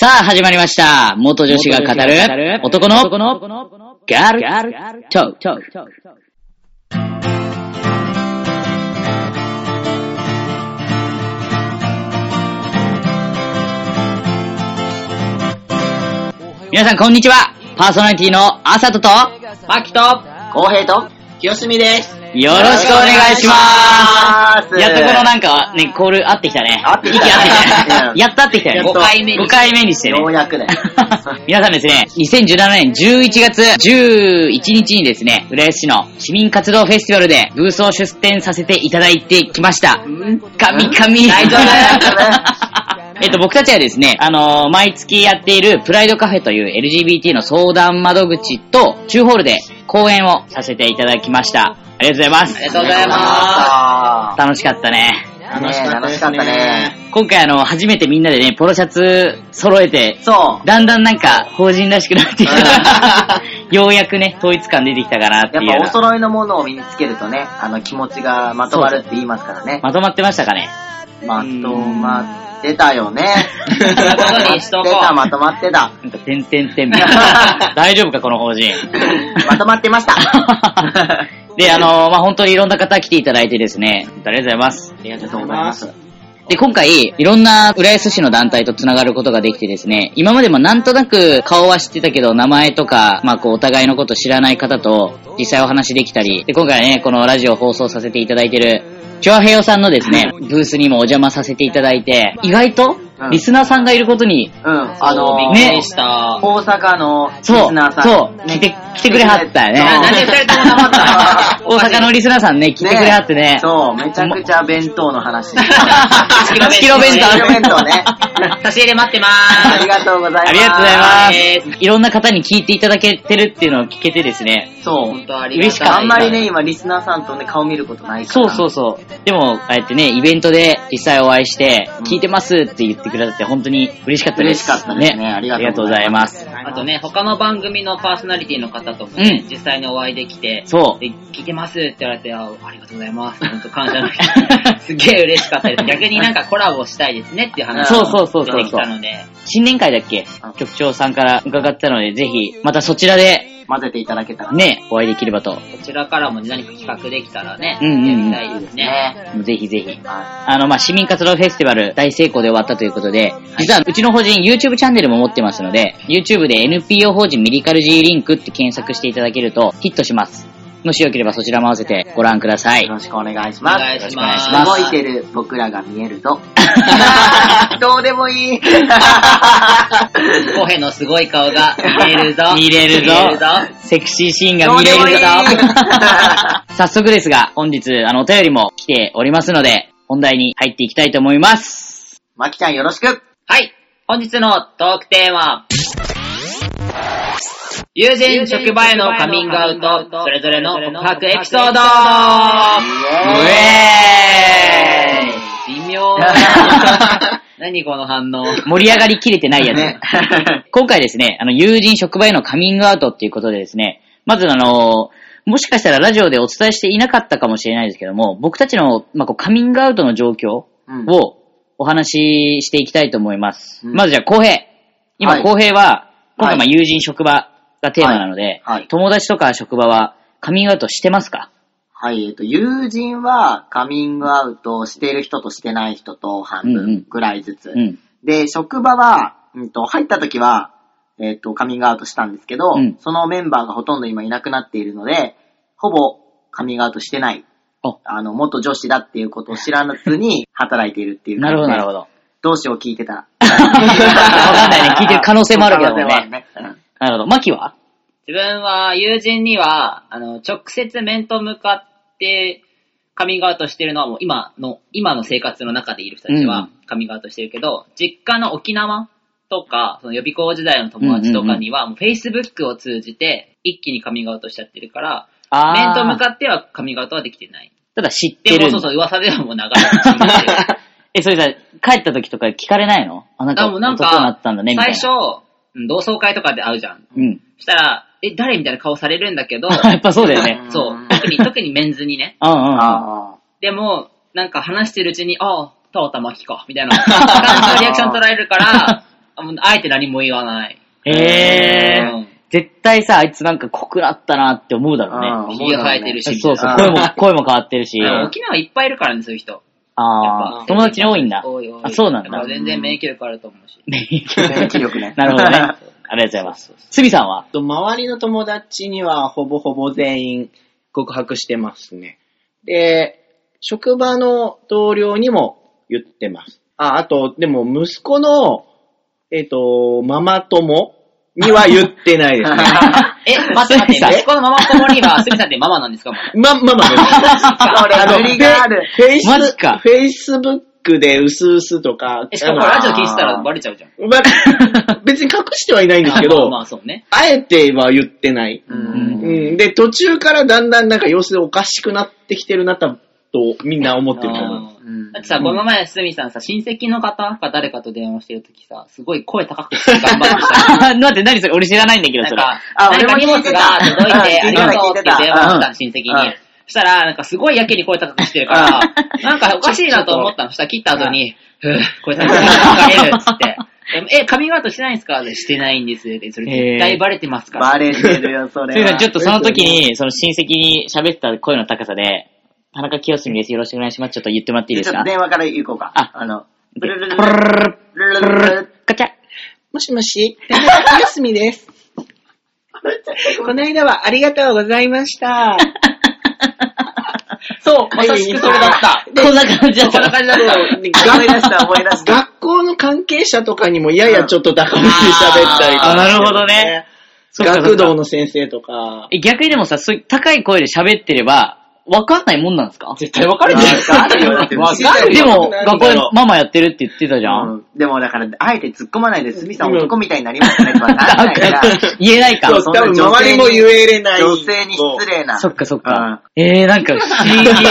さあ始まりました。元女子が語る男のガールトーク。皆さんこんにちは。パーソナリティのあさととまきとこうへいと清澄です。 よろしくお願いします。やっとこのなんかね、コール合ってきたね。 合ってきた。 やっと合ってきたよ。 5回目にしてね。 ようやくだよ。 皆さんですね、2017年11月11日にですね、浦安市の市民活動フェスティバルでブースを出展させていただいてきました。神。 大丈夫僕たちはですね、毎月やっているプライドカフェという LGBT の相談窓口と、中ホールで講演をさせていただきました。ありがとうございます。 ありがとうございます。 楽しかったね。 楽しかったね。 今回初めてみんなでね、ポロシャツ揃えて、 そう。 だんだんなんか、法人らしくなってきた。ようやくね、統一感出てきたかなっていう。 やっぱお揃いのものを身につけるとね、気持ちがまとまるって言いますからね。 まとまってましたかね。 まとまってたよね。まとまってた。 なんか、てんみたいな。大丈夫か、この法人。 まとまってました。 で、本当にいろんな方来ていただいてですね、ありがとうございます。 ありがとうございます。 で、今回、いろんな浦安市の団体とつながることができてですね、今までもなんとなく顔は知ってたけど、名前とか、お互いのこと知らない方と実際お話できたり、で、今回ね、このラジオ放送させていただいてる、チョアヘヨさんのですね、ブースにもお邪魔させていただいて、意外と、リスナーさんがいることに、 びっくりした。 大阪のリスナーさん。 そう、来てくれはったよね。 なんで二人とも黙った大阪のリスナーさんね、来てくれはってね。 そう、めちゃくちゃ弁当の話。 1キロ弁当ね。 差し入れ待ってまーす。 ありがとうございます。 ありがとうございます。いろんな方に聞いていただけてるっていうのを聞けてですね。 そう。 本当ありがたい。 嬉しかった。 あんまりね、今リスナーさんとね、顔見ることないから。 そう。でも、ああやってね、イベントで実際お会いして、聞いてますって言ってくれたって本当に嬉しかったです。 嬉しかったですね。ありがとうございます。 あとね、他の番組のパーソナリティの方ともね、実際にお会いできて、 そう。 で、聞いてますって言われて、ありがとうございます。本当感謝の気すげえ嬉しかったです。逆になんかコラボしたいですねっていう話が出てきたので。 新年会だっけ局長さんから伺ったので、ぜひ、またそちらで、 混ぜていただけたらね、お会いできればと。 こちらからも何か企画できたらね、やりたいですね。 ぜひ。市民活動フェスティバル大成功で終わったということで、実はうちの法人 YouTube チャンネルも持ってますので、YouTube で NPO 法人ミリカル G リンクって検索していただけるとヒットします。もしよければそちらも合わせてご覧ください。 よろしくお願いします。 お願いします。 動いてる僕らが見えるぞ。どうでもいい。 コヘのすごい顔が見れるぞ。 見れるぞ。セクシーシーンが見れるぞ。早速ですが、本日お便りも来ておりますので、本題に入っていきたいと思います。 まきちゃんよろしく。 はい。本日のトークテーマ。友人職場へのカミングアウト、それぞれの告白エピソード。微妙。何この反応。 盛り上がりきれてないやつ。今回ですね、友人職場へのカミングアウトっていうことでですね、まずもしかしたらラジオでお伝えしていなかったかもしれないですけども、僕たちの、カミングアウトの状況をお話ししていきたいと思います。まずじゃあ、浩平。今、浩平は、今回友人職場がテーマなので、友達とか職場はカミングアウトしてますか？ はい、友人はカミングアウトしている人としてない人と半分ぐらいずつ。で、職場は、入った時は、カミングアウトしたんですけど、そのメンバーがほとんど今いなくなっているので、ほぼカミングアウトしてない。元女子だっていうことを知らずに働いているっていう感じで。 なるほど。 どうしよう聞いてたら。 わかんないね。聞いてる可能性もあるけどね。なるほど。マキは？ 自分は友人には、直接面と向かってカミングアウトしてるのはもう今の生活の中でいる人たちはカミングアウトしてるけど、実家の沖縄とか、その予備校時代の友達とかには、もう Facebook を通じて一気にカミングアウトしちゃってるから、面と向かってはカミングアウトはできてない。 ただ知ってる。 でも噂ではもう流れてそれさ、帰った時とか聞かれないの？なんかなったんだねみたいな。 最初、同窓会とかで会うじゃん。そしたら、誰みたいな顔されるんだけど。 やっぱそうだよね。 そう。特にメンズにね。でも、なんか話してるうちに、たわたまきか、みたいな感じのリアクション取られるから、 あえて何も言わない。 絶対さ、あいつなんか濃くなったなって思うだろうね。 ひげ生えてるし。 そうそう、声も変わってるし。 沖縄いっぱいいるからね、そういう人。 ああ、友達に多いんだ。あ、そうなんだ。 全然免疫力あると思うし。 免疫力ね。 なるほどね。ありがとうございます。すみさんは？ 周りの友達にはほぼほぼ全員告白してますね。で、職場の同僚にも言ってます。あと、でも息子の、ママ友には言ってないですね。 待って、息子のママ友には、すみさんってママなんですか？ ママです。 無理がある。 マジか。 フェイスブックでうすうすとか。 しかもラジオ聞いてたらバレちゃうじゃん。 別に隠してはいないんですけど、 そうね。 あえては言ってない。で、途中からだんだんなんか様子おかしくなってきてるなとみんな思ってると思う。 だってさ、この前、すみさんさ、親戚の方か誰かと電話してるときさ、すごい声高くして頑張ってた。 待って、何それ俺知らないんだけど、それ。 なんか荷物が届いて、ありがとうって電話した親戚に。そしたら、なんかすごいやけに声高くしてるから、なんかおかしいなと思ったの。そしたら切った後に、声高くしてるっつって。カミングアウトしてないんですか？してないんです。それ絶対バレてますから。 バレてるよ、それは。 ちょっとその時に、その親戚に喋った声の高さで、田中清澄です。よろしくお願いします。ちょっと言ってもらっていいですか？ 電話から行こうか。ブルルルルルルルカチャ。 もしもし、田中清澄です。この間はありがとうございました。 そう、まさしくそれだった。 こんな感じだった。 こんな感じだった。 思い出した。 学校の関係者とかにもややちょっと高めに喋ったりとか。 なるほどね。 学童の先生とか。 逆にでもさ、そういう高い声で喋ってれば、わかんないもんなんですか？ 絶対わかるじゃないですか。 でも、学校でママやってるって言ってたじゃん。 でもだから、あえて突っ込まないで、すみさん男みたいになりましたねとはならないから。 言えないか。 そう、多分周りも言えれない。 女性に失礼な。 そっか。なんか不思議。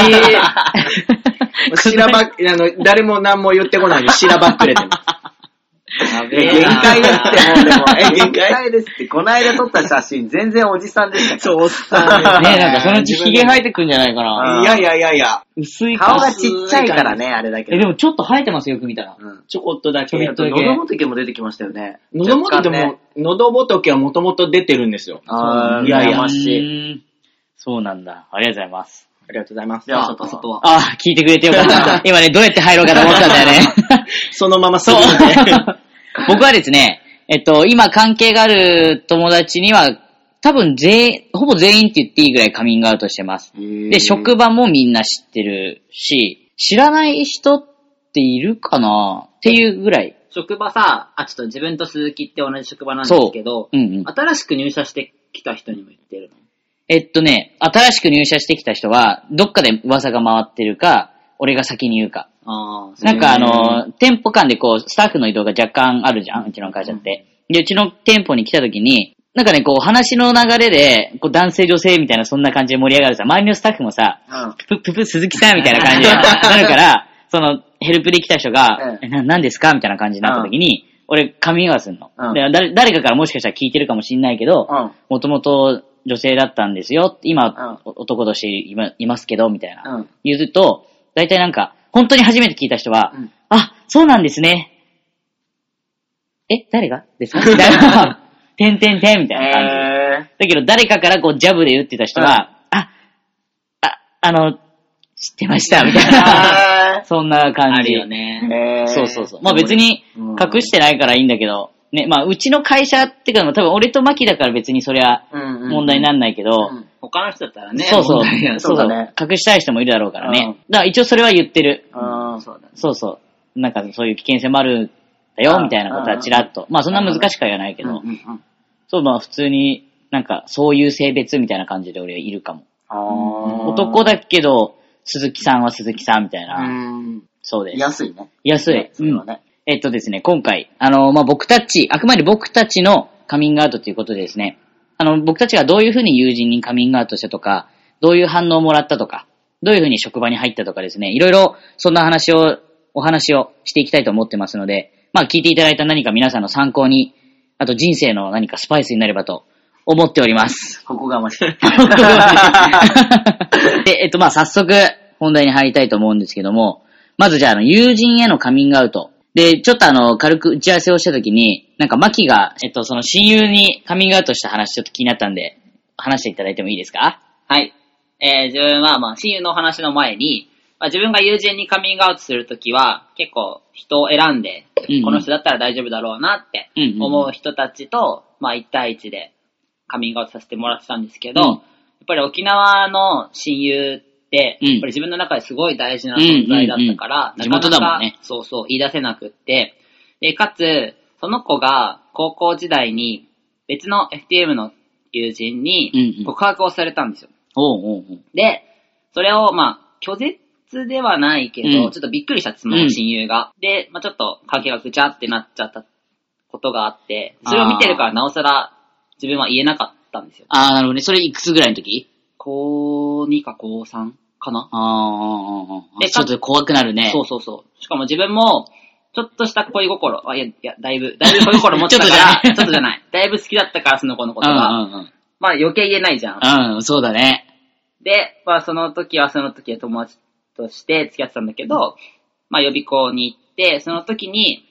誰も何も言ってこないで、しらばっくれてます。 限界ですってもうでも、限界ですって。この間撮った写真、全然おじさんでした。 そう、おっさん。 ねなんかそのうちヒゲ生えてくんじゃないかな。 いや。 薄い顔がちっちゃいからね、あれだけど。 でもちょっと生えてますよく見たら。 ちょこっとだけ。 あと、喉仏も出てきましたよね。 喉仏はもともと出てるんですよ。 いや。 そうなんだ。ありがとうございます。 ありがとうございます。 じゃあ、外は。 聞いてくれてよかった。今ね、どうやって入ろうかと思ったんだよね。 そのままそう。僕はですね、今関係がある友達には、多分ほぼ全員って言っていいぐらいカミングアウトしてます。で、職場もみんな知ってるし、知らない人っているかなっていうぐらい。 職場さ、ちょっと自分と鈴木って同じ職場なんですけど、新しく入社してきた人にも言ってるの？ 新しく入社してきた人は、どっかで噂が回ってるか、俺が先に言うか。なんか店舗間でスタッフの移動が若干あるじゃん、うちの会社って。で、うちの店舗に来た時に、なんかね、話の流れで、男性女性みたいなそんな感じで盛り上がるさ、周りのスタッフもさ、鈴木さんみたいな感じになるから、ヘルプで来た人が、何ですかみたいな感じになった時に、俺、カミングアウトするの。誰かからもしかしたら聞いてるかもしんないけど、もともと女性だったんですよ、今、男としていますけど、みたいな。言うと、大体なんか、本当に初めて聞いた人は、そうなんですね。誰がですかみたいな。てんみたいな感じ。だけど誰かからジャブで打ってた人は、知ってました、みたいな。そんな感じ。 あるよね。 そう。まあ別に隠してないからいいんだけど、ね、まあうちの会社ってか、多分俺とマキだから別にそれは問題になんないけど、 他の人だったらね。 そう。隠したい人もいるだろうからね。だから一応それは言ってる。そう。なんかそういう危険性もあるんだよ、みたいなことはちらっと。まあそんな難しくは言わないけど。そう、まあ普通になんかそういう性別みたいな感じで俺はいるかも。男だけど、鈴木さんは鈴木さんみたいな。そうです。 安いね。 安い。ですね、今回、まあ僕たち、あくまで僕たちのカミングアウトということでですね、僕たちがどういうふうに友人にカミングアウトしたとか、どういう反応をもらったとか、どういうふうに職場に入ったとかですね、いろいろそんなお話をしていきたいと思ってますので、まあ聞いていただいた何か皆さんの参考に、あと人生の何かスパイスになればと思っております。 ここがましい。 で、まあ早速本題に入りたいと思うんですけども、まずじゃあ友人へのカミングアウト。 で、ちょっと軽く打ち合わせをしたときに、なんかマキが、その親友にカミングアウトした話ちょっと気になったんで、話していただいてもいいですか？ はい。自分は親友の話の前に、自分が友人にカミングアウトするときは、結構人を選んで、この人だったら大丈夫だろうなって思う人たちと、1対1でカミングアウトさせてもらってたんですけど、やっぱり沖縄の親友って、やっぱり自分の中ですごい大事な存在だったから、 地元だもんね。 そう言い出せなくって、で、かつ、その子が高校時代に別の FTM の友人に告白をされたんですよ。で、それを拒絶ではないけど、ちょっとびっくりしたその親友が。で、ちょっと関係がぐちゃってなっちゃったことがあって、それを見てるからなおさら自分は言えなかったんですよ。 なるほどね。それいくつぐらいの時？ 高2か高3かな。 で、ちょっと怖くなるね。 そう。しかも自分も、ちょっとした恋心、だいぶ恋心持ってたから、ちょっとじゃない。だいぶ好きだったから、その子のことが。余計言えないじゃん。 そうだね。 で、その時は友達として付き合ってたんだけど、予備校に行って、その時に、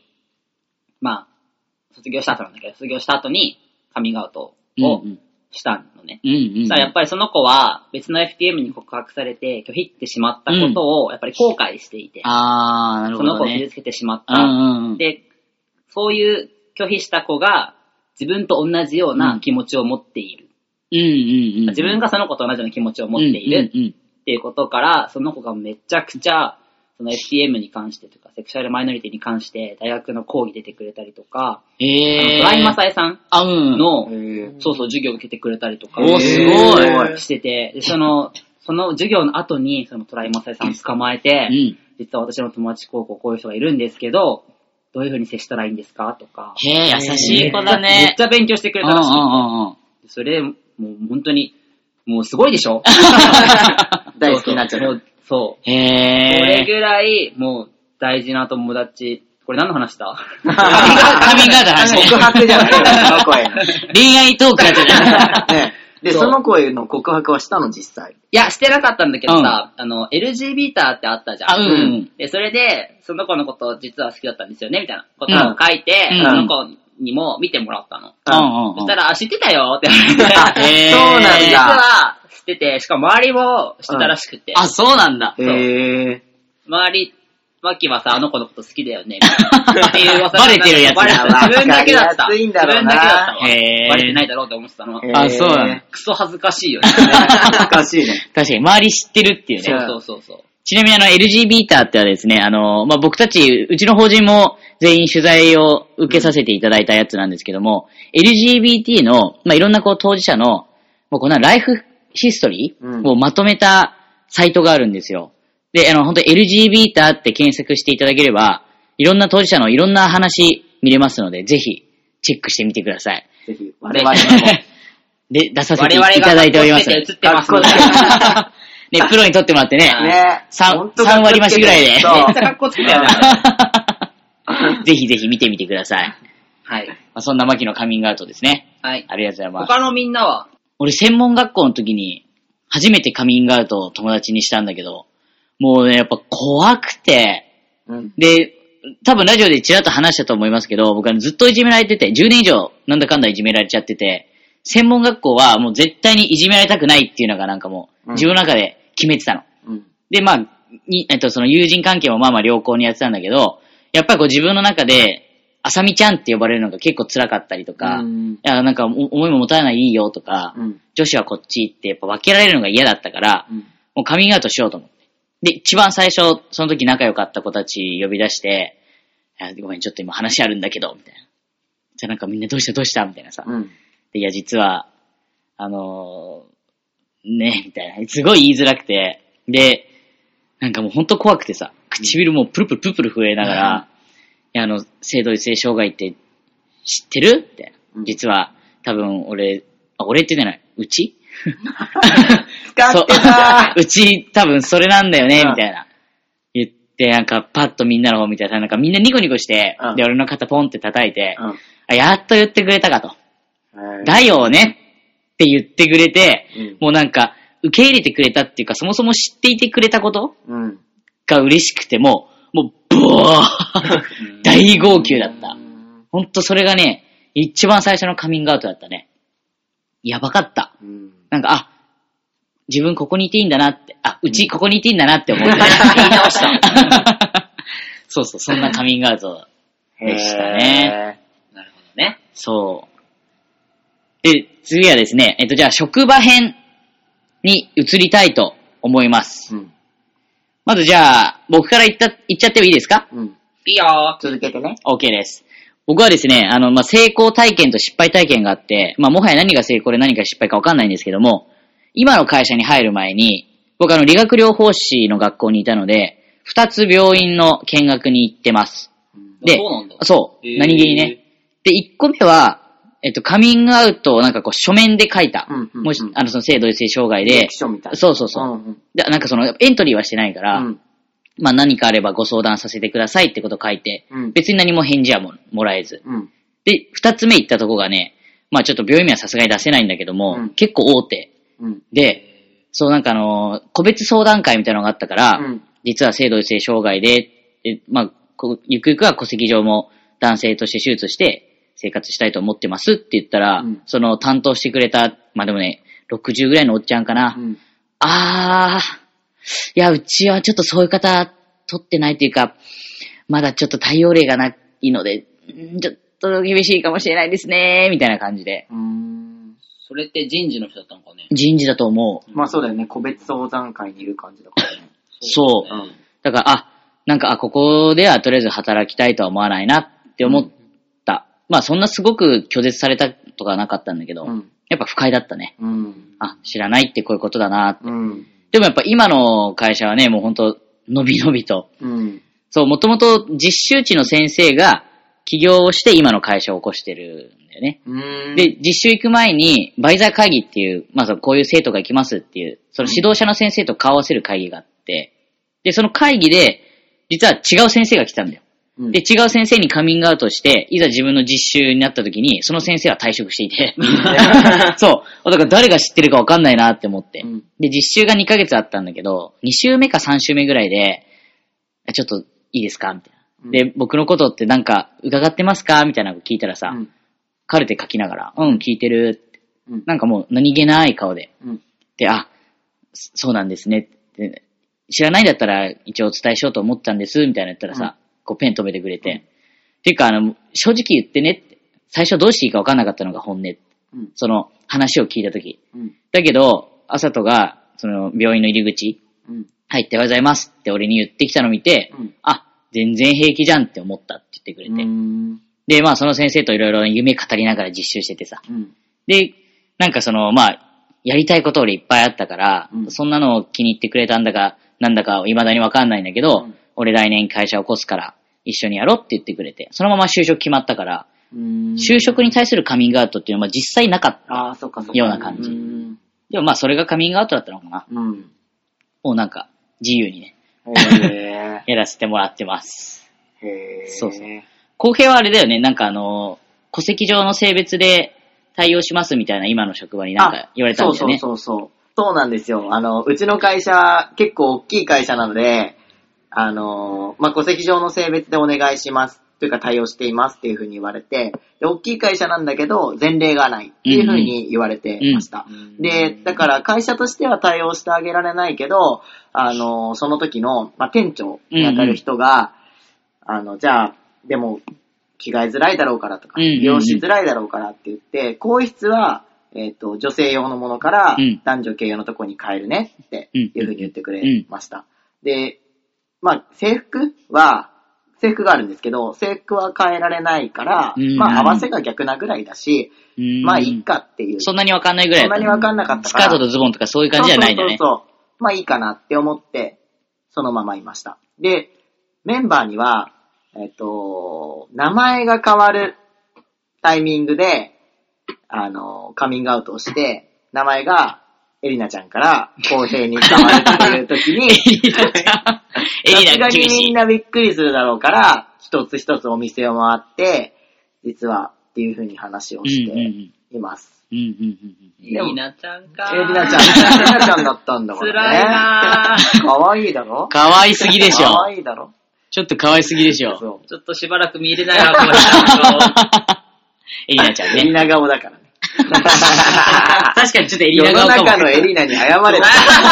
卒業した後なんだけど、卒業した後にカミングアウトをしたのね。そしたらやっぱりその子は別の FTM に告白されて拒否ってしまったことをやっぱり後悔していて、 なるほどね。 その子を傷つけてしまった。で、そういう拒否した子が自分と同じような気持ちを持っている。自分がその子と同じような気持ちを持っているっていうことから、その子がめちゃくちゃその FTM に関してとか、セクシュアルマイノリティに関して大学の講義出てくれたりとか、トライマサエさんの、授業を受けてくれたりとか、 すごいしてて、でその授業の後にそのトライマサエさんを捕まえて、実は私の友達高校こういう人がいるんですけど、どういう風に接したらいいんですかとか。 優しい子だね。 めっちゃ勉強してくれたらしい。それ、もう本当に、もうすごいでしょ大好きになっちゃう。 そう。これぐらい、もう大事な友達。これ何の話だ？ カミングアウトの話。 告白じゃないその子へ。 恋愛トークだったじゃん。 で、その子への告白はしたの実際？ いや、してなかったんだけどさ、LGBT ってあったじゃん。で、それで、その子のこと実は好きだったんですよね、みたいなことを書いて、その子にも見てもらったの。そしたら、知ってたよって言われて。 そうなんだ。 実は知ってて、しかも周りも知ってたらしくて。 そうなんだ。 周り、マキはさ、あの子のこと好きだよね。っていう噂バレてるやつだ。 自分だけだった。 自分だけだったわ。バレてないだろうって思ってたの。 そうなんだ。 クソ恥ずかしいよね。 恥ずかしいね。 確かに、周り知ってるっていうね。 そう。 ちなみにLGBT ってはですね、僕たち、うちの法人も全員取材を受けさせていただいたやつなんですけども、LGBT の、いろんな当事者の、こんなライフヒストリーをまとめたサイトがあるんですよ。で、本当 LGBT って検索していただければ、いろんな当事者のいろんな話見れますので、ぜひチェックしてみてください。 ぜひ、我々も。 で、出させていただいております。 映ってますので。 ね、プロに撮ってもらってね。3割増しぐらいで。めっちゃ格好つけたよね。 ぜひぜひ見てみてください。 はい。 そんなマキのカミングアウトですね。 はい。 ありがとうございます。 他のみんなは？ 俺専門学校の時に初めてカミングアウトを友達にしたんだけど、もうね、やっぱ怖くて、で、多分ラジオでちらっと話したと思いますけど、僕はずっといじめられてて、10年以上なんだかんだいじめられちゃってて、専門学校はもう絶対にいじめられたくないっていうのがなんかもう自分の中で決めてたの。で、その友人関係も良好にやってたんだけど、やっぱり自分の中で、あさみちゃんって呼ばれるのが結構辛かったりとか、なんか思いも持たないいいよとか、女子はこっちってやっぱ分けられるのが嫌だったから、もうカミングアウトしようと思って。で、一番最初、その時仲良かった子たち呼び出して、ごめん、ちょっと今話あるんだけど、みたいな。じゃあなんかみんなどうしたみたいなさ。で、いや、実は、ね、みたいな。すごい言いづらくて、で、なんかもうほんと怖くてさ、唇もうプルプル震えながら、性同一性障害って知ってるって。実は、多分俺って言ってない。うち使ってたうち多分それなんだよね、みたいな。言って、なんかパッとみんなの方見たら、なんかみんなニコニコして、で、俺の肩ポンって叩いて、やっと言ってくれたかと。だよねって言ってくれて、もうなんか、受け入れてくれたっていうか、そもそも知っていてくれたことが嬉しくても、 もう、ブワー大号泣だった。ほんとそれがね、一番最初のカミングアウトだったね。やばかった。なんか、自分ここにいていいんだなって、うちここにいていいんだなって思って。言い直した。そうそう、そんなカミングアウトでしたね。 なるほどね。 そう。で、次はですね、じゃあ職場編に移りたいと思います。まずじゃあ、僕から言っちゃってもいいですか？ いいよー。 続けてね。 OK です。僕はですね、成功体験と失敗体験があって、もはや何が成功で何が失敗か分かんないんですけども、今の会社に入る前に、僕理学療法士の学校にいたので、2つ病院の見学に行ってます。で、 そうなんだ。 そう、何気にね。で、1個目は、カミングアウトをなんかこう書面で書いた。もし、その性同一性障害で。そうそうそう。なんかそのエントリーはしてないから、何かあればご相談させてくださいってことを書いて、別に何も返事はもらえず。で、2つ目行ったとこがね、ちょっと病院名はさすがに出せないんだけども、結構大手。で、そうなんか個別相談会みたいなのがあったから、実は性同一性障害で、ゆくゆくは戸籍上も男性として手術して生活したいと思ってますって言ったら、その担当してくれた、でもね、60ぐらいのおっちゃんかな。いや、うちはちょっとそういう方取ってないっていうか、まだちょっと対応例がないので、ちょっと厳しいかもしれないですね、みたいな感じで。 それって人事の人だったのかね？ 人事だと思う。そうだよね。個別相談会にいる感じだからね。 そう。だから、なんか、ここではとりあえず働きたいとは思わないなって思った。そんなすごく拒絶されたとかはなかったんだけど、やっぱ不快だったね。知らないってこういうことだなって。でもやっぱ今の会社はね、もうほんと、のびのびと。そう、もともと実習地の先生が起業をして今の会社を起こしてるんだよね。で、実習行く前に、バイザー会議っていう、こういう生徒が行きますっていう、その指導者の先生と顔を合わせる会議があって、で、その会議で、実は違う先生が来たんだよ。で、違う先生にカミングアウトして、いざ自分の実習になった時に、その先生は退職していて。そう。だから誰が知ってるかわかんないなって思って。で、実習が2ヶ月あったんだけど、2週目か3週目ぐらいで、ちょっといいですかみたいな。で、僕のことってなんか伺ってますかみたいなの聞いたらさ、カルテ書きながら、聞いてるって。なんかもう何気ない顔で。で、そうなんですねって。知らないんだったら一応お伝えしようと思ったんです、みたいな言ったらさ、こうペン止めてくれて。ていうか、正直言ってねって。最初どうしていいか分かんなかったのが本音。その話を聞いたとき。だけど、あさとが、その病院の入り口、入っておはようございますって俺に言ってきたのを見て、全然平気じゃんって思ったって言ってくれて。で、その先生といろいろ夢語りながら実習しててさ。で、なんかやりたいこと俺いっぱいあったから、そんなのを気に入ってくれたんだか、なんだか未だにわかんないんだけど、俺来年会社を起こすから一緒にやろうって言ってくれて、そのまま就職決まったから、就職に対するカミングアウトっていうのは実際なかったような感じ。でもそれがカミングアウトだったのかな。もうなんか自由にね、やらせてもらってます。そうそう。公平はあれだよね、なんか戸籍上の性別で対応しますみたいな今の職場になんか言われたんだよね。 そうなんですよ。うちの会社、結構大きい会社なので、戸籍上の性別でお願いします。というか対応していますっていうふうに言われて、で、大きい会社なんだけど、前例がないっていうふうに言われてました。で、だから会社としては対応してあげられないけど、その時の、店長に当たる人が、じゃあ、でも、着替えづらいだろうからとか、利用しづらいだろうからって言って、更衣室は、女性用のものから男女系用のとこに変えるねっていうふうに言ってくれました。で、制服があるんですけど、制服は変えられないから、合わせが逆なぐらいだし、いいかっていう。 そんなにわかんないぐらいだった。 そんなにわかんなかったから。 スカートとズボンとかそういう感じじゃないんだね。 そう。いいかなって思って、そのままいました。で、メンバーには、名前が変わるタイミングで、カミングアウトをして、名前が、エリナちゃんから公平に変わるっていう時に、さすがにみんなびっくりするだろうから、一つ一つお店を回って、実はっていう風に話をしています。 エリナちゃんか。 エリナちゃんだったんだからね。 辛いなぁ。 かわいいだろ？ かわいすぎでしょ。 かわいいだろ？ ちょっと可愛すぎでしょ。 そう。 ちょっとしばらく見れないな、この人。 エリナちゃんね。 エリナ顔だからね。 確かにちょっとエリ世のナ顔かも。 中のエリナに謝れ。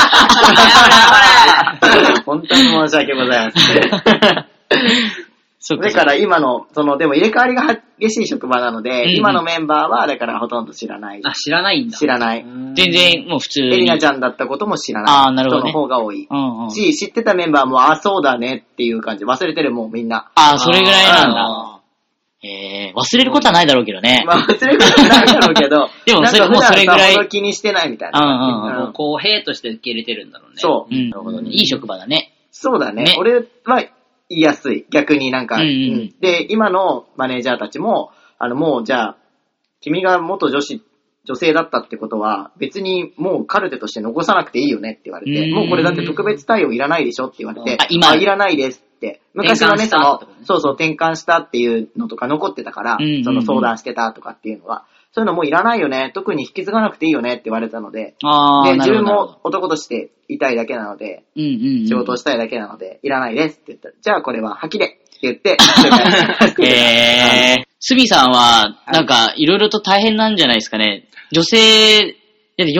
本当に申し訳ございません。 そっかだから今の、でも入れ替わりが激しい職場なので、 うん今のメンバーは、だからほとんど知らない。 あ、知らないんだ。 知らない。 全然もう普通に。 エリナちゃんだったことも知らあーない人のなるほどね方が多い。 うんうん。 知ってたメンバーも、あ、そうだねっていう感じ。忘れてるもん、みんな。 ああ、それぐらいなんだ。 あ忘れることはないだろうけどね。 まあ、忘れることないだろうけど、 でもなんかもうそれぐらい普段さほど気にしてないみたいな。 うんうんうんもう公平として受け入れてるんだろうね。 そう。 うん。 なるほどね。 いい職場だね。 そうだね。 ね俺は言いやすい。逆になんか、 うんうんで、今のマネージャーたちも、もうじゃあ、君が元女性だったってことは、別にもうカルテとして残さなくていいよねって言われて、 うんもうこれだって特別対応いらないでしょって言われて、 あ今いらないですって。昔はね、 転換したってことねそう、転換したっていうのとか残ってたから、 うんうんうんその相談してたとかっていうのは、そういうのもういらないよね、特に引き継がなくていいよねって言われたので、 ああ、 で、自分なるほど。 も男としていたいだけなので、 うんうんうん。 仕事をしたいだけなので、いらないですって言ったら、じゃあこれは吐きでって言って、 スミさんは、なんか、いろいろと大変なんじゃないですかね。女性、だって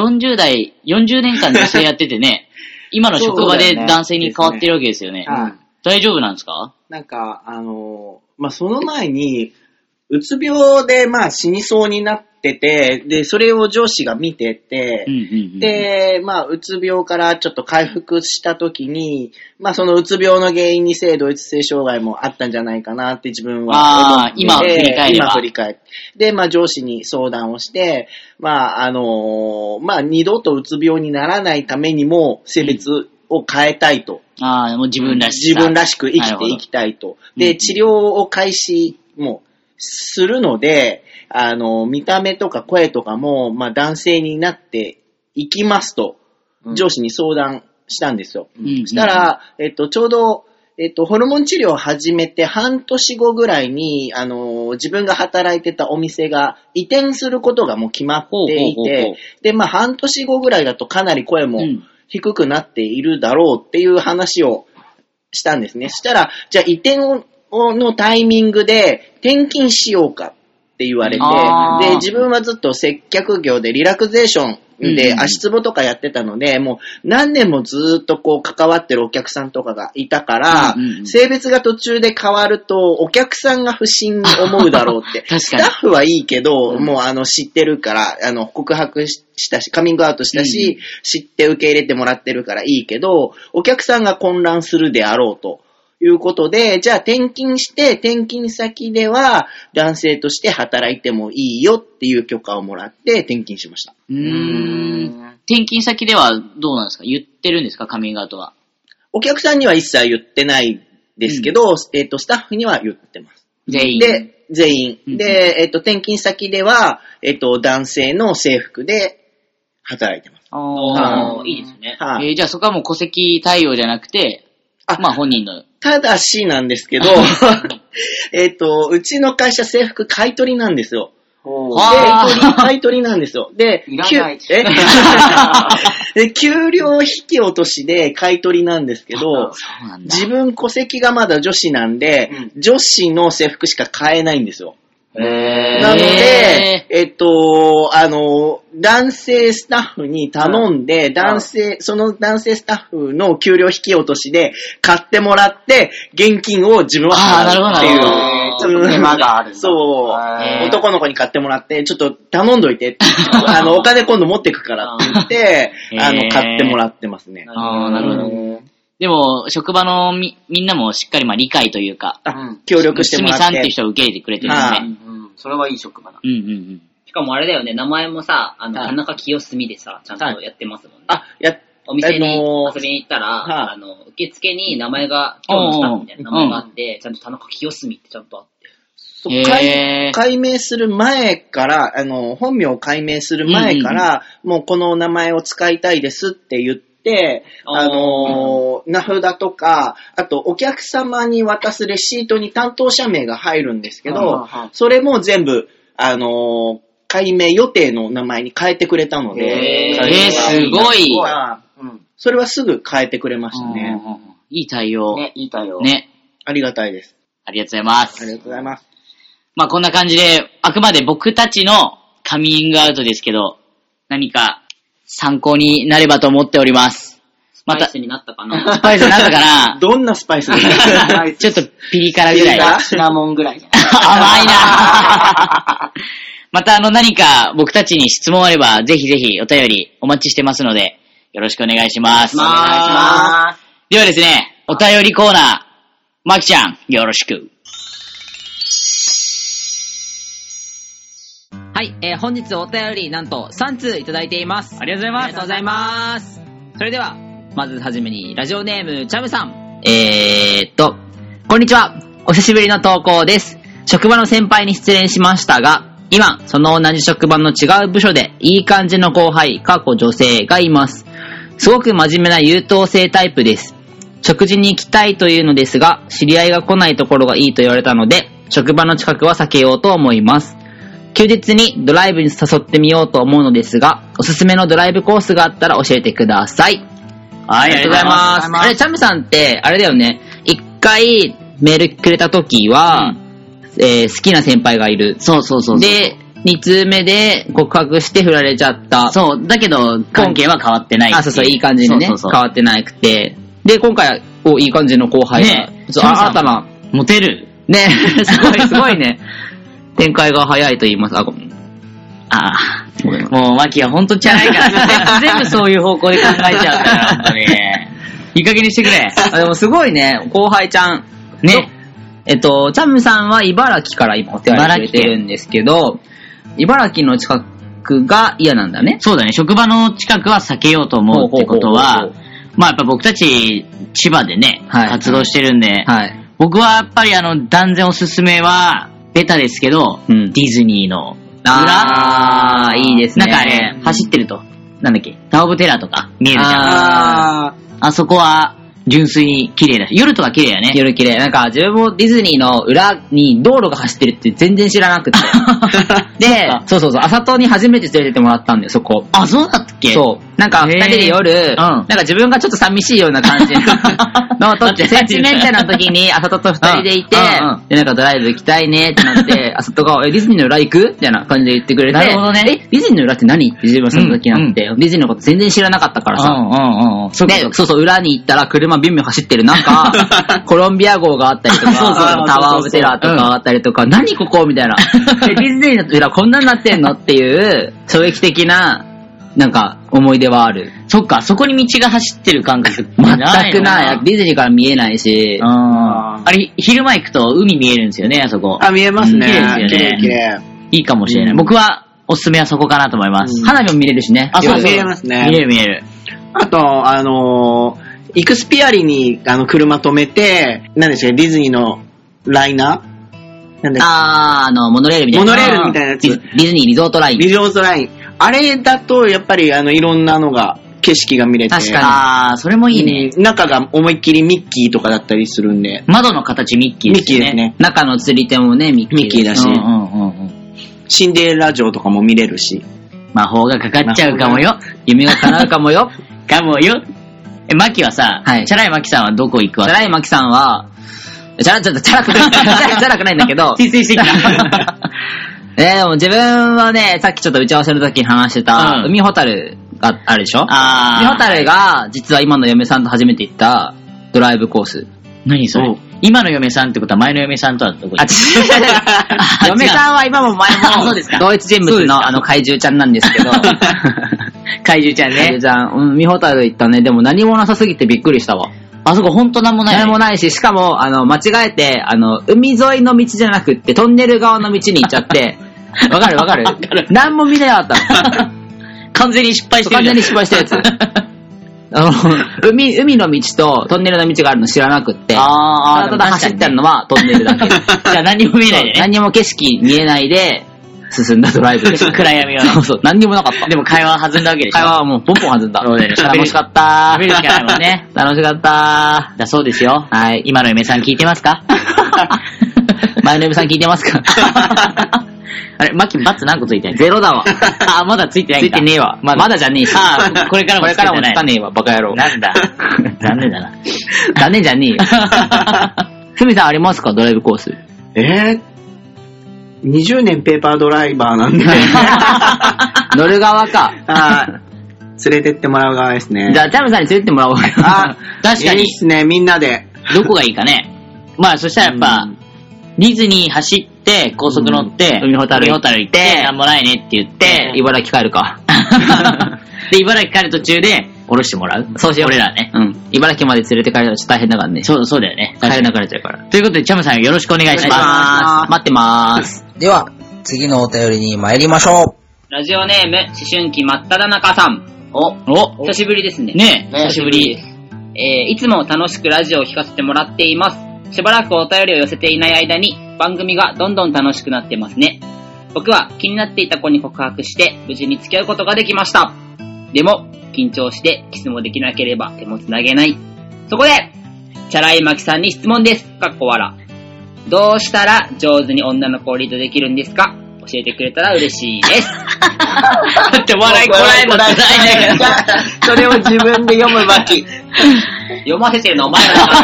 40年間女性やっててね、今の職場で男性に変わってるわけですよね。 はい。 大丈夫なんですか？ なんか、まあ、その前に、うつ病で、まあ、死にそうになってて、で、それを上司が見てて、 うんうんうん。 で、まあ、うつ病からちょっと回復したときに、まあ、そのうつ病の原因に性同一性障害もあったんじゃないかなって自分は思ってて、 今振り返れば今振り返って。で、まあ、上司に相談をして、まあ、まあ、二度とうつ病にならないためにも、性別を変えたいと。 ああ、もう自分らしさ。 自分らしく生きていきたいと。で、 うん治療を開始もするので、見た目とか声とかも、まあ、男性になっていきますと、上司に相談したんですよ。 うんそしたら、ちょうど、ホルモン治療を始めて半年後ぐらいに、自分が働いてたお店が移転することがもう決まっていほうほうほうほて、で、まあ、半年後ぐらいだとかなり声もうん低くなっているだろうっていう話をしたんですね。そしたら、じゃあ移転のタイミングで転勤しようかって言われて、 あーで、自分はずっと接客業でリラクゼーションで足つぼとかやってたので、もう何年もずっとこう関わってるお客さんとかがいたから、 うんうんうん性別が途中で変わるとお客さんが不審に思うだろうって。 確かにスタッフはいいけど、もう知ってるから、告白したし、カミングアウトしたし、知って受け入れてもらってるからいいけど、お客さんが混乱するであろうと。いうことで、じゃあ転勤して、転勤先では男性として働いてもいいよっていう許可をもらって転勤しました。 転勤先ではどうなんですか？言ってるんですか？カミングアウトは。 お客さんには一切言ってないですけど、スタッフには言ってます。 全員。 で、全員。 うんで、転勤先では、男性の制服で働いてます。 あいいですね。 はい。 じゃあそこはもう戸籍対応じゃなくて、まあ本人の。 ただしなんですけど、うちの会社制服買い取りなんですよ。買い取りなんですよ。で、 いらないで給料引き落としで買い取りなんですけど、 そうなんだ。 自分戸籍がまだ女子なんで、女子の制服しか買えないんですよ。なので、男性スタッフに頼んで、その男性スタッフの給料引き落としで買ってもらって、現金を自分は払うっていう。 ちょっと手間があるんだ。 そう。男の子に買ってもらって、ちょっと頼んどいて。お金今度持ってくからって言って、買ってもらってますね。 ああ、なるほど。でも、職場のみんなもしっかりまあ理解というか、 協力してもらって。 すみさんっていう人を受け入れてくれてるんですね。 それはいい職場だ。 うんうんうん。 しかもあれだよね、名前もさ、田中清澄でさ、ちゃんとやってますもんね。お店に遊びに行ったら、受付に名前が、今日のスタッフみたいな名前があって、ちゃんと田中清澄ってちゃんとあって。 改名する前から、本名を改名する前から、もうこの名前を使いたいですって言って、名札とか、あとお客様に渡すレシートに担当者名が入るんですけど、それも全部、改名予定の名前に変えてくれたので、 すごい。 それはすぐ変えてくれましたね。 いい対応。 ね、いい対応。 ね。 ありがたいです。 ありがとうございます。 ありがとうございます。 まあこんな感じで、あくまで僕たちのカミングアウトですけど、何か参考になればと思っております。 また。スパイスになったかなスパイスになったかなどんなスパイスですかちょっとピリ辛ぐらい。 シナモンぐらい。 甘いなまた何か僕たちに質問あれば、ぜひぜひお便りお待ちしてますので、よろしくお願いします。 お願いします。 ではですね、お便りコーナー、マキちゃん、よろしく。 はい、本日お便りなんと3通いただいています。 ありがとうございます。 ありがとうございます。それでは、まずはじめに、ラジオネーム、チャムさん。こんにちは。お久しぶりの投稿です。職場の先輩に失恋しましたが、今、その同じ職場の違う部署で、いい感じの後輩、女性がいます。すごく真面目な優等生タイプです。食事に行きたいというのですが、知り合いが来ないところがいいと言われたので、職場の近くは避けようと思います。休日にドライブに誘ってみようと思うのですが、おすすめのドライブコースがあったら教えてください。 はい、ありがとうございます。 あれ、チャムさんって、あれだよね、一回メールくれた時は、好きな先輩がいる。 そう。 で、二通目で告白して振られちゃった。 そう、だけど関係は変わってない。 そう、いい感じにね、変わってなくて。で、今回、いい感じの後輩が、 ね、 新たな。 モテる。 ね、すごいね。展開が早いと言います。 もう、マキはほんとチャラいから全部そういう方向で考えちゃうから、ほんとに。いい加減にしてくれ。 でもすごいね、後輩ちゃん。ね。チャムさんは茨城から今お手紙くれてるんですけど、茨城の近くが嫌なんだね。 そうだね、職場の近くは避けようと思うってことは、まあやっぱ僕たち千葉でね、活動してるんで、僕はやっぱり断然おすすめは、ベタですけど、ディズニーの裏。いいですね。 なんかあれ、走ってると、なんだっけ、タワーオブテラーとか見えるじゃん。あそこは、純粋に綺麗だし、夜とか綺麗やね。 夜綺麗。なんか自分もディズニーの裏に道路が走ってるって全然知らなくて。で、そう、朝とに初めて連れてってもらったんだよ、そこ。 あ、そうだっけ？ そう。なんか二人で夜、なんか自分がちょっと寂しいような感じのとって、センチメンタルの時に朝と二人でいて、で、なんかドライブ行きたいねってなって、朝とが、ディズニーの裏行くみたいな感じで言ってくれて、 なるほどね。 ディズニーの裏って何って自分はその時になって、ディズニーのこと全然知らなかったからさ。で、そう、裏に行ったら車ビュンビュン走ってる中、コロンビア号があったりとか、タワーオブテラーとかあったりとか、何ここみたいな。ディズニーの裏こんなになってんのっていう、衝撃的な、なんか、思い出はある。 そっか、そこに道が走ってる感覚全くない。ディズニーから見えないし。 あれ、昼間行くと海見えるんですよね、あそこ。 見えますね。 綺麗ですよね。 綺麗。 いいかもしれない。僕は、おすすめはそこかなと思います。 花火も見れるしね。 そう、見れますね。 見れる。 あと、イクスピアリに車止めて、何ですか、ディズニーのライナーモノレールみたいな。 モノレールみたいなやつ。 ディズニーリゾートライン。 リゾートライン。あれだと、やっぱりいろんなのが、景色が見れて。 確かに。 それもいいね。 中が思いっきりミッキーとかだったりするんで。 窓の形ミッキーですね。 ミッキーですね。 中の釣り手もね、ミッキーだし。シンデレラ城とかも見れるし。 魔法がかかっちゃうかもよ。 夢が叶うかもよ。 かもよ。マキはさ、チャラいマキさんはどこ行くわけ？ チャラいマキさんは、チャラくないんだけど。 浸水してきた。 でも自分はね、さっきちょっと打ち合わせの時に話してた、海ホタルがあるでしょ？海ホタルが、実は今の嫁さんと初めて行ったドライブコース。 何それ？今の嫁さんってことは前の嫁さんとはどこに？ 嫁さんは今も前も同一人物の怪獣ちゃんなんですけど。 怪獣ちゃんね。 怪獣ちゃん。海ホタル行ったね。でも何もなさすぎてびっくりしたわ。 あそこほんとなんもない、ね。 何もないし、しかも、間違えて、海沿いの道じゃなくって、トンネル側の道に行っちゃって、わかる何も見なかったの。 完全に失敗してる。 完全に失敗したやつ。海の道とトンネルの道があるの知らなくって、ただ走ってるのはトンネルだけ。 じゃあ何も見えないでね。 何も景色見えないで、進んだドライブでした。 暗闇はね。 そう、何にもなかった。 でも会話は弾んだわけでしょ。 会話はもうポンポン弾んだ。 そうだよね。 楽しかった。 喋るしかないもんね。 楽しかった。 だそうですよ。 はい。 今の嫁さん聞いてますか？ 前の嫁さん聞いてますか？ あれ、マキバツ何個ついてんの ？0だわ。 まだついてないんだ。 ついてねえわ。まだじゃねえし。 これからもつかねえわ、バカ野郎。 なんだ。残念だな。 残念じゃねえよ。 ふみさんありますかドライブコース。 20年ペーパードライバーなんで。 乗る側か。 連れてってもらう側ですね。 じゃあ、チャムさんに連れてってもらおうか。 確かに。 いいっすね、みんなで。 どこがいいかね。まあ、そしたらやっぱ、ディズニー走って、高速乗って、 海ほたる行って、 なんもないねって言って、 茨城帰るか。 で、茨城帰る途中で、降ろしてもらう。 そうしよう。 俺らね。 うん。茨城まで連れて帰るのちょっと大変だからね。 そうだよね。 帰れなくなっちゃうから。 ということで、チャムさんよろしくお願いします。 待ってまーす。 では、次のお便りに参りましょう。 ラジオネーム、思春期真っ只中さん。久しぶりですね。 ねえ、久しぶり。 いつも楽しくラジオを聞かせてもらっています。しばらくお便りを寄せていない間に、番組がどんどん楽しくなってますね。僕は気になっていた子に告白して、無事に付き合うことができました。でも、緊張してキスもできなければ手もつなげない。そこで、チャラいマキさんに質問です。かっこ笑。どうしたら上手に女の子をリードできるんですか？教えてくれたら嬉しいです。 だって笑いこらえんのつらいね。 それを自分で読むマキ。 読ませてるのお前らだから。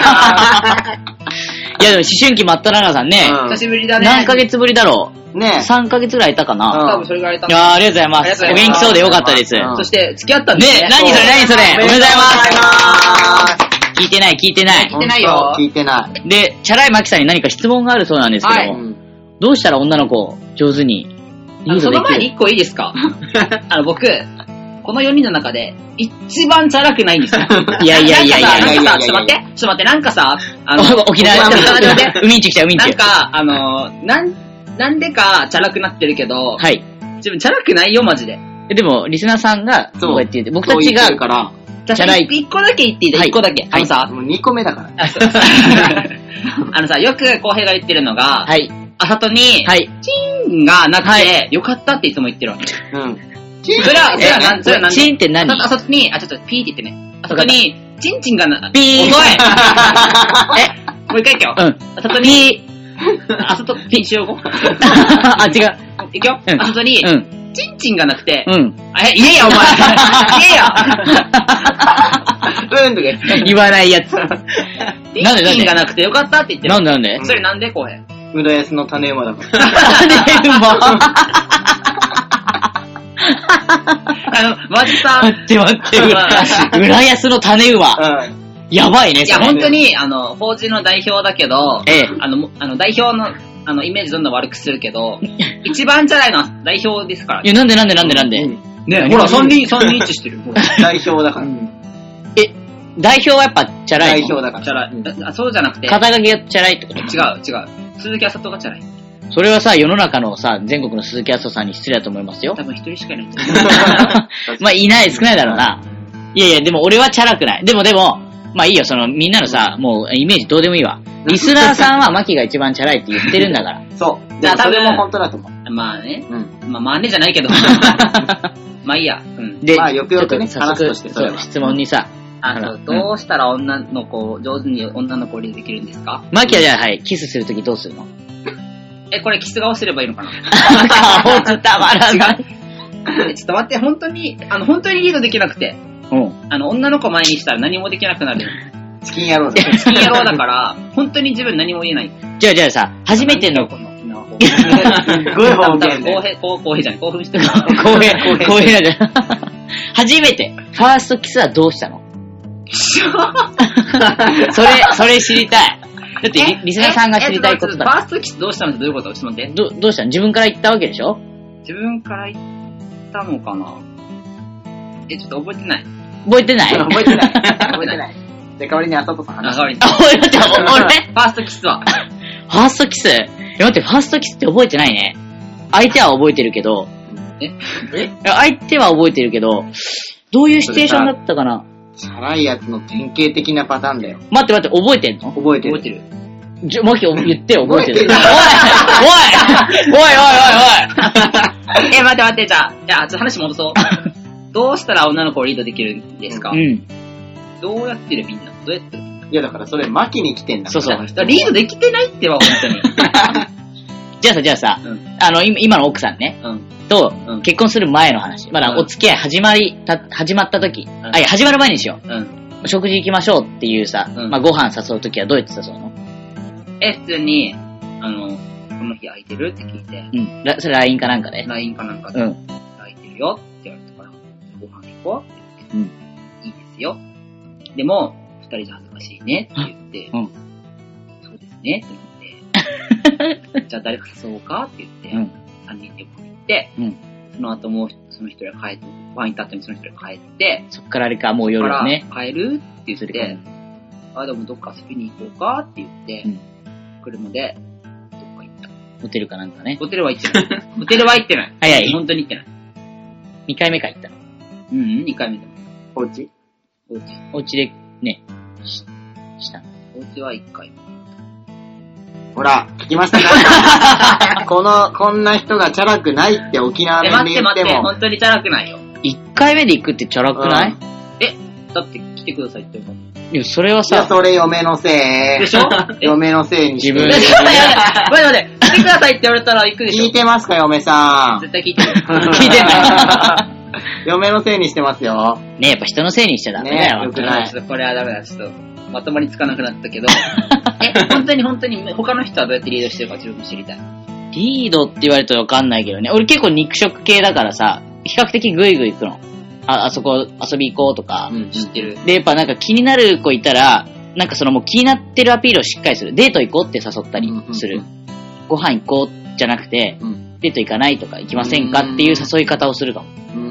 いやでも思春期真っ只中さんね。 久しぶりだね。 何ヶ月ぶりだろうねえ。 3ヶ月ぐらいいたかな。 多分それぐらいいた。 いやありがとうございます。お元気そうでよかったです。 そして付き合ったんですね。 ね、何それ。おめでとうございます。聞いてない。 聞いてないよ。 聞いてない。 で、チャラいマキさんに何か質問があるそうなんですけど、どうしたら女の子を上手にリードできる？ その前に1個いいですか？僕、この4人の中で一番チャラくないんですよ。 いや。 ちょっと待って、なんかさ、 沖縄、海んち来た、海んち。 なんか、なんでかチャラくなってるけど、 はい。 自分チャラくないよ、マジで。 でも、リスナーさんが、こうやって言って、僕たちが、 チャラい。1個だけ言っていい？ 1個だけ。 もう2個目だから。 さ、よく浩平が言ってるのが、 はい。 あさとに、チンがなくて、よかったっていつも言ってるわけ。それはなんチンって何？ あさとに、ちょっとピーって言ってね。あさとに、チンがな、 ピー。 遅いもう一回いくよ。あさとに、あさと、ピーしよう。 あ、違う。 いくよ。あさとに、チンがなくて、 言えや、お前。言えや。言わないやつ。なんでチンがなくてよかったって言ってる。 なんでそれなんで浩平？ 浦安の種馬だから。 種馬マジさ、 待って。浦安の種馬。やばいね、 いや、本当に、法人の代表だけど、代表の、イメージどんどん悪くするけど、一番チャラいのは代表ですから。 いや、なんでね、ほら、3人一致してる。 代表だから。 代表はやっぱチャラいの？ 代表だから。 チャラい。そうじゃなくて。 肩書きがチャラいってこと？ 違う。鈴木あさとがチャラい。 それはさ、世の中のさ、全国の鈴木あさとさんに失礼だと思いますよ。 多分一人しかいない。 まあ、少ないだろうな。いや、でも俺はチャラくない。でも、まあいいよ、みんなのさ、もうイメージどうでもいいわ。リスナーさんはマキが一番チャラいって言ってるんだから。 そう。でもそれも本当だと思う。 まあね。まあねじゃないけど。まあいいや。 で、まあよくよくね、 早速、質問にさ、 どうしたら上手に女の子をリードできるんですか？ マキはじゃあ、はい、キスするときどうするの？ これキス顔すればいいのかな？ 顔伝わらない。 ちょっと待って、本当にリードできなくて。女の子前にしたら何もできなくなる。 チキン野郎だから、本当に自分何も言えない。 じゃあさ、初めての子のすごい方言ね。 公平じゃん。興奮してる。 公平じゃん。初めて、ファーストキスはどうしたの？それ知りたい。だってリスナーさんが知りたいことだ。 ファーストキスどうしたのってどういうこと？ちょっと待って。 どうしたの？自分から言ったわけでしょ？ 自分から言ったのかな？ちょっと覚えてない。 覚えてない。じゃあ代わりにあさとさん話して。 俺ファーストキスはファーストキス？待って、ファーストキスって覚えてないね。相手は覚えてるけど、相手は覚えてるけど、どういうシチュエーションだったかな？ チャラいやつの典型的なパターンだよ。 待って、覚えてんの？ 覚えてる。 マキ言ってよ、覚えてる。おい待って、じゃあ、ちょっと話戻そう。どうしたら女の子をリードできるんですか？どうやってるみんな？どうやってる？ いやだからそれマキに来てんだから。 そう。リードできてないってば、本当に。 じゃあさ、今の奥さんね、と、結婚する前の話。まだお付き合い始まった時。始まる前にしよう。食事行きましょうっていうさ、まあご飯誘う時はどうやって誘うの？ 普通に、この日空いてるって聞いて、 それ LINE かなんかね。 LINE かなんかで、空いてるよって言われたから、ご飯行こうって言って、いいですよ。でも、二人じゃ恥ずかしいねって言って、そうですねって言って、じゃあ誰か誘おうかって言って、3人でご飯行って、その後もうその一人が帰って、ご飯行った後にその一人が帰って、 そっからあれか、もう夜ね。 帰るって言って、でもどっか遊びに行こうかって言って、車で、どっか行った。 ホテルかなんかね。 ホテルは行ってない。ホテルは行ってない。 早い。 本当に行ってない。 2回目か行ったの。 2回目でも。 お家お家でね、したの。 お家は1回目。 ほら、聞きましたかこんな人がチャラくないって沖縄弁で言っても。 待って、本当にチャラくないよ。 1回目で行くってチャラくない？ だって来てくださいって言うの。 いや、それはさ。 いや、それ嫁のせい。 でしょ嫁のせいにして自分で。 待って、来てくださいって言われたら行くでしょ。 聞いてますか、嫁さん。 絶対聞いてる。 聞いてない。 嫁のせいにしてますよ。 ね、やっぱ人のせいにしちゃダメだよ。 よくない。 ちょっとこれはダメだ。ちょっと、まとまりつかなくなったけど。本当に、他の人はどうやってリードしてるか自分も知りたい。 リードって言われるとわかんないけどね。俺結構肉食系だからさ、比較的グイグイ行くの。あそこ遊び行こうとか。 知ってる。 で、やっぱなんか気になる子いたら、なんかそのもう気になってるアピールをしっかりする。デート行こうって誘ったりする。ご飯行こうじゃなくて、デート行かないとか行きませんかっていう誘い方をするかも。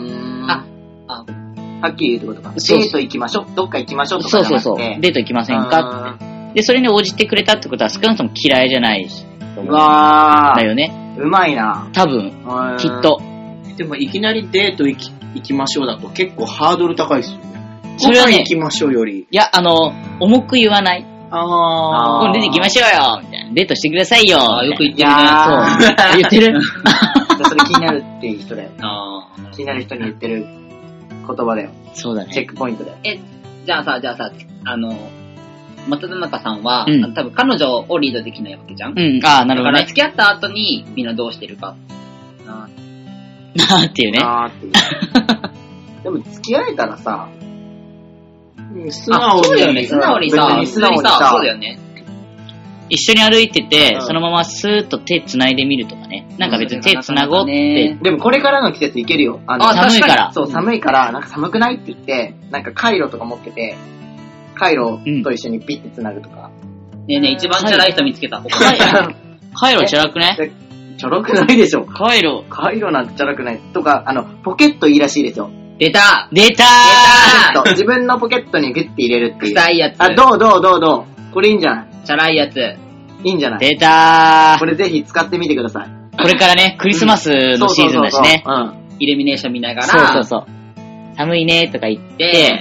はっきり言うってことか。デート行きましょう。どっか行きましょうとかじゃなくて。 そう。デート行きませんかって。で、それに応じてくれたってことは少なくとも嫌いじゃないし。 うわー。 だよね。 うまいな。 多分、きっと。 でもいきなりデート行きましょうだと結構ハードル高いですよね。 それはね、 行きましょうより。 いや、重く言わない。今度出て行きましょうよみたいな。デートしてくださいよよく言ってるね。 そう。言ってるそれ気になるっていう人だよ。気になる人に言ってる言葉だよ。 そうだね。 チェックポイントだよ。 じゃあさ、松田中さんは、多分彼女をリードできないわけじゃん。 なるほどね。 だから付き合った後にみんなどうしてるか。 なーっていうね。 っていう。でも付き合えたらさ、 素直に。 そうだよね。素直にさ、そうだよね。 一緒に歩いてて、そのままスーッと手繋いでみるとかね。なんか別に手繋ごうって。 でもこれからの季節いけるよ。 寒いから。 そう、寒いから、なんか寒くないって言って、なんかカイロとか持ってて、カイロと一緒にピッて繋ぐとか。 ねえねえ、一番チャラい人見つけた。 カイロチャラくね？ チャラくないでしょ。 カイロなんてチャラくない。とか、ポケットいいらしいですよ。 出たー自分のポケットにグッて入れるっていう。 臭いやつ。 どうこれいいんじゃない？ チャラいやつ。 いいんじゃない？ 出たー。 これぜひ使ってみてください。 これからね、クリスマスのシーズンだしね。 イルミネーション見ながら。 そう。寒いねとか言って、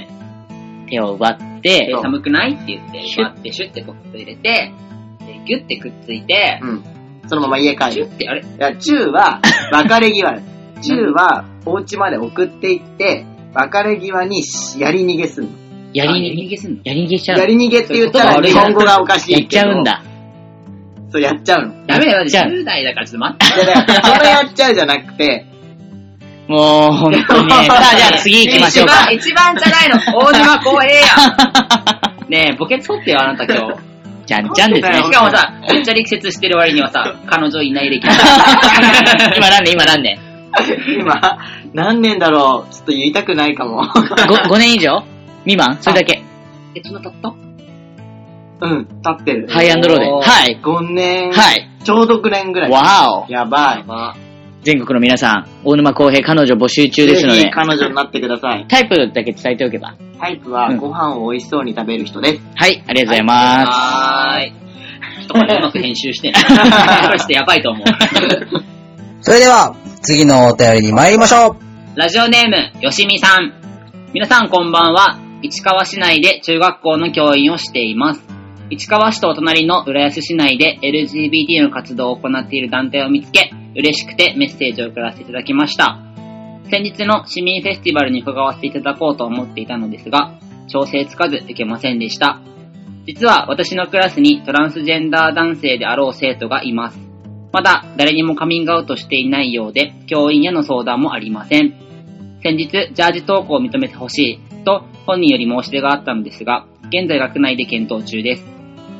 手を奪って、 寒くないって言って、奪ってシュッてポケット入れて、で、ギュッてくっついて、 そのまま家帰る。 シュッて、あれ？ いや、チューは、別れ際です。チューは、お家まで送っていって、別れ際にやり逃げすんの。 やり逃げすんの？やり逃げしちゃうの？ やり逃げって言ったら日本語がおかしいけど。 やっちゃうんだ。 そう、やっちゃうの。 ダメだよ、10代だからちょっと待って。 それやっちゃうじゃなくて、 もう、ほんとにね。さあ、じゃあ次行きましょうか。 一番チャラいの、大島公平やん。ねえ、ボケ取ってよ、あなた今日。 じゃんじゃんですね。 しかもさ、めっちゃ力説してる割にはさ、彼女いない歴。 今何年今、何年だろう。ちょっと言いたくないかも。 5年以上未満それだけ。 そんな経った？ 経ってる。 ハイアンドローで。はい。 5年。 はい。 ちょうど9年ぐらい。 わお。 やばい。 全国の皆さん、大沼公平彼女募集中ですので。 ぜひ彼女になってください。 タイプだけ伝えておけば。 タイプは、ご飯を美味しそうに食べる人です。 はい、ありがとうございます。 はーい。ちょっとこれうまく編集してね。これしてやばいと思う。 それでは、次のお便りに参りましょう。 ラジオネーム、よしみさん。皆さんこんばんは。市川市内で中学校の教員をしています。市川市とお隣の浦安市内で LGBT の活動を行っている団体を見つけ、嬉しくてメッセージを送らせていただきました。先日の市民フェスティバルに伺わせていただこうと思っていたのですが、調整つかずいけませんでした。実は私のクラスにトランスジェンダー男性であろう生徒がいます。まだ誰にもカミングアウトしていないようで、教員への相談もありません。先日、ジャージ登校を認めてほしいと本人より申し出があったのですが、現在学内で検討中です。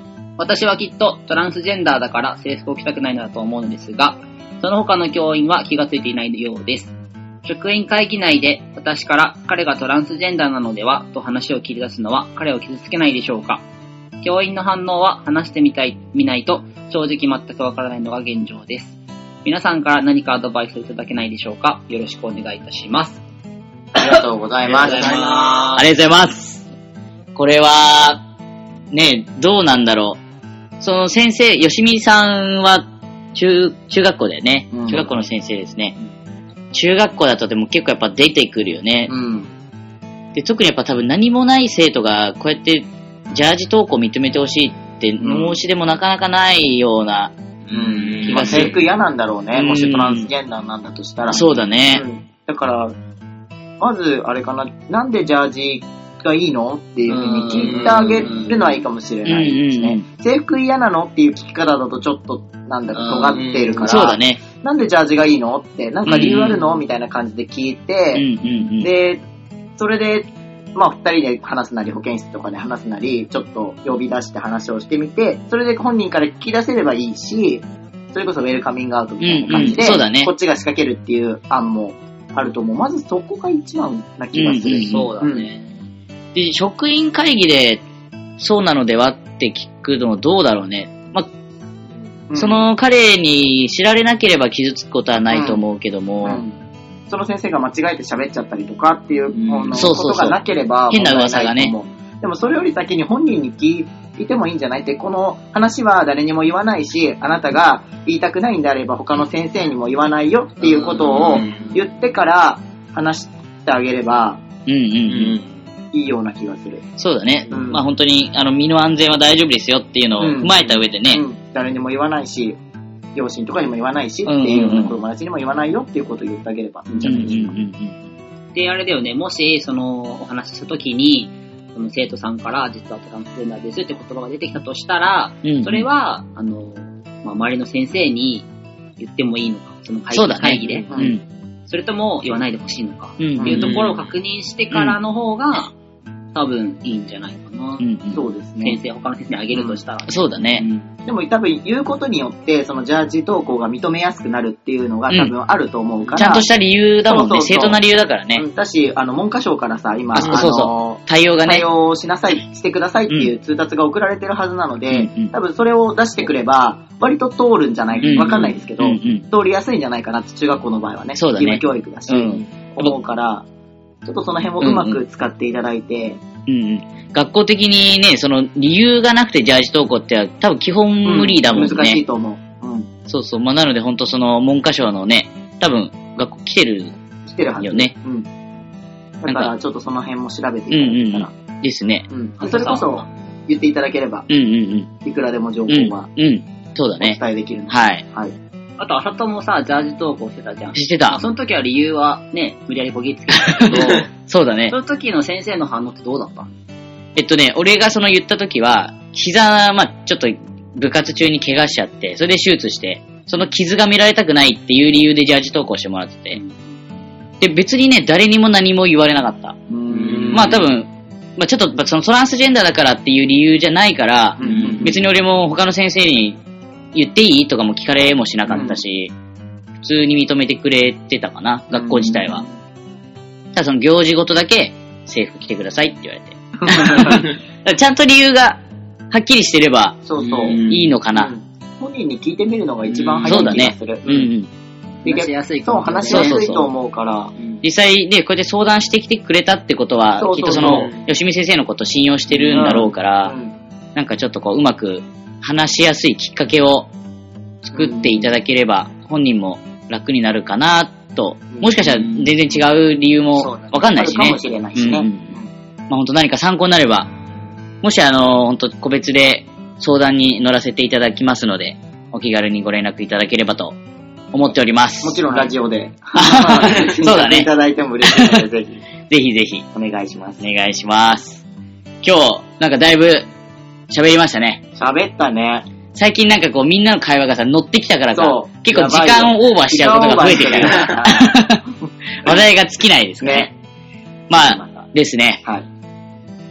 私はきっとトランスジェンダーだから制服を着たくないのだと思うのですが、その他の教員は気がついていないようです。職員会議内で私から彼がトランスジェンダーなのではと話を切り出すのは彼を傷つけないでしょうか。教員の反応は話してみないと正直全くわからないのが現状です。皆さんから何かアドバイスをいただけないでしょうか。よろしくお願いいたします。 ありがとうございます。 ありがとうございます。これは、ね、どうなんだろう。その先生、吉見さんは中学校だよね。中学校の先生ですね。中学校だとでも結構やっぱ出てくるよね。で、特にやっぱ多分何もない生徒がこうやってジャージ登校認めてほしいって申し出もなかなかないような気がする。 制服嫌なんだろうね。もしトランスジェンダーなんだとしたら。 そうだね。 だから、まずあれかな、なんでジャージがいいのっていう風に聞いてあげるのはいいかもしれないですね。制服嫌なのっていう聞き方だとちょっとなんだか尖っているから、 そうだね。 なんでジャージがいいのって、なんか理由あるのみたいな感じで聞いて、で、それで、まあ二人で話すなり、保健室とかで話すなり、ちょっと呼び出して話をしてみて、それで本人から聞き出せればいいし、それこそウェルカミングアウトみたいな感じで、 そうだね、 こっちが仕掛けるっていう案もあると思う。まずそこが一番な気がする。 そうだね。 で、職員会議で、そうなのではって聞くのどうだろうね。まあ、その彼に知られなければ傷つくことはないと思うけども、 その先生が間違えて喋っちゃったりとかっていうことがなければ、 変な噂がね。 でもそれより先に本人に聞いてもいいんじゃないって、この話は誰にも言わないし、あなたが言いたくないんであれば他の先生にも言わないよっていうことを言ってから話してあげれば、いいような気がする。 そうだね。まあ本当に、身の安全は大丈夫ですよっていうのを踏まえた上でね。 誰にも言わないし、両親とかにも言わないしっていう、友達にも言わないよっていうことを言ってあげればいいんじゃないですか。 で、あれだよね、もし、お話ししたときに、その生徒さんから実はトランスジェンダーですって言葉が出てきたとしたら、それは、まあ、周りの先生に言ってもいいのか、その会議で。それとも言わないでほしいのか、っていうところを確認してからの方が、多分いいんじゃないかな。 そうですね。 他の先生にあげるとしたら。 そうだね。 でも多分言うことによって、そのジャージ登校が認めやすくなるっていうのが多分あると思うから。 ちゃんとした理由だもんね。正当な理由だからね。 だし、文科省からさ、今、 対応がね。 対応しなさい、してくださいっていう通達が送られてるはずなので、多分それを出してくれば、割と通るんじゃないか、わかんないですけど、通りやすいんじゃないかなって、中学校の場合はね。 そうだね。 義務教育だし、思うから、ちょっとその辺もうまく使っていただいて、 学校的にね、その理由がなくてジャージ登校って多分基本無理だもんね。 難しいと思う。 そうそう。まあ、なので本当その文科省のね、多分学校来てるはずよね。 だからちょっとその辺も調べていただけたら。 ですね。 それこそ言っていただければ、いくらでも情報はそうだね。 お伝えできるので。 はい。 あと、あさともさ、ジャージ登校してたじゃん。 してた。 その時は理由はね、無理やりこぎつけたけど、 そうだね。 その時の先生の反応ってどうだった？ 俺がその言った時は、膝、ちょっと部活中に怪我しちゃって、それで手術して、その傷が見られたくないっていう理由でジャージ登校してもらってて。で、別にね、誰にも何も言われなかった。まあ多分、ちょっとそのトランスジェンダーだからっていう理由じゃないから、別に俺も他の先生に言っていいとかも聞かれもしなかったし、普通に認めてくれてたかな、学校自体は。ただその行事ごとだけ制服着てくださいって言われて。ちゃんと理由がはっきりしてればいいのかな。 本人に聞いてみるのが一番早い気がする。 話しやすい。 そう、話しやすいと思うから。 実際でこうやって相談してきてくれたってことは、きっとその、吉見先生のことを信用してるんだろうから、なんかちょっとこう、うまく話しやすいきっかけを作っていただければ、本人も楽になるかなと。もしかしたら全然違う理由もわかんないしね。 かもしれないしね。 本当何か参考になれば、もし本当個別で相談に乗らせていただきますので、お気軽にご連絡いただければと思っております。 もちろんラジオで。 そうだね。 いただいても嬉しいので、ぜひ。 ぜひぜひ。 お願いします。 お願いします。今日、なんかだいぶ喋りましたね。 喋ったね。 最近なんかこうみんなの会話がさ、乗ってきたからさ、結構時間をオーバーしちゃうことが増えてきたから、話題が尽きないですね。まあ、ですね。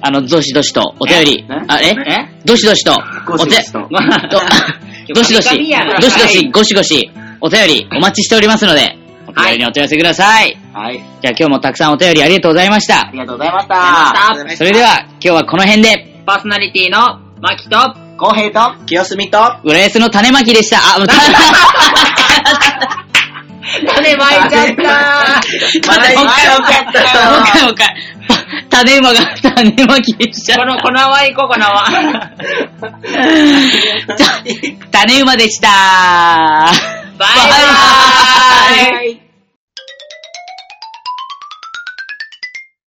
どしどしとお便り、どしどしと、 ゴシゴシと。 どしどし、ゴシゴシ、お便りお待ちしておりますので、お便りにお問い合わせください。 はい。 じゃあ今日もたくさんお便りありがとうございましたあ。りがとうございました。 それでは、今日はこの辺で、 パーソナリティのマキと、 公平と、 清澄と、 浦安の種まきでした。 種まいちゃったもう一回。種馬が種まきでした。 この輪行こう、この輪。 種馬でした。 バイバーイ。